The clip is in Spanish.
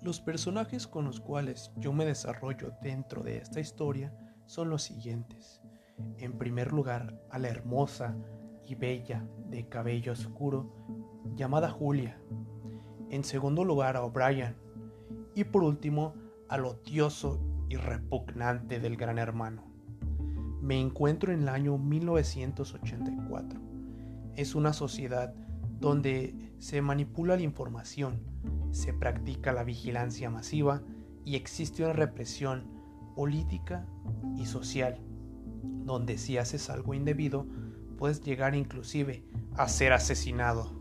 Los personajes con los cuales yo me desarrollo dentro de esta historia son los siguientes. En primer lugar, a la hermosa y bella de cabello oscuro llamada Julia. En segundo lugar, a O'Brien. Y por último, al odioso y repugnante del Gran Hermano. Me encuentro en el año 1984. Es una sociedad donde se manipula la información, se practica la vigilancia masiva y existe una represión política y social, donde si haces algo indebido puedes llegar inclusive a ser asesinado.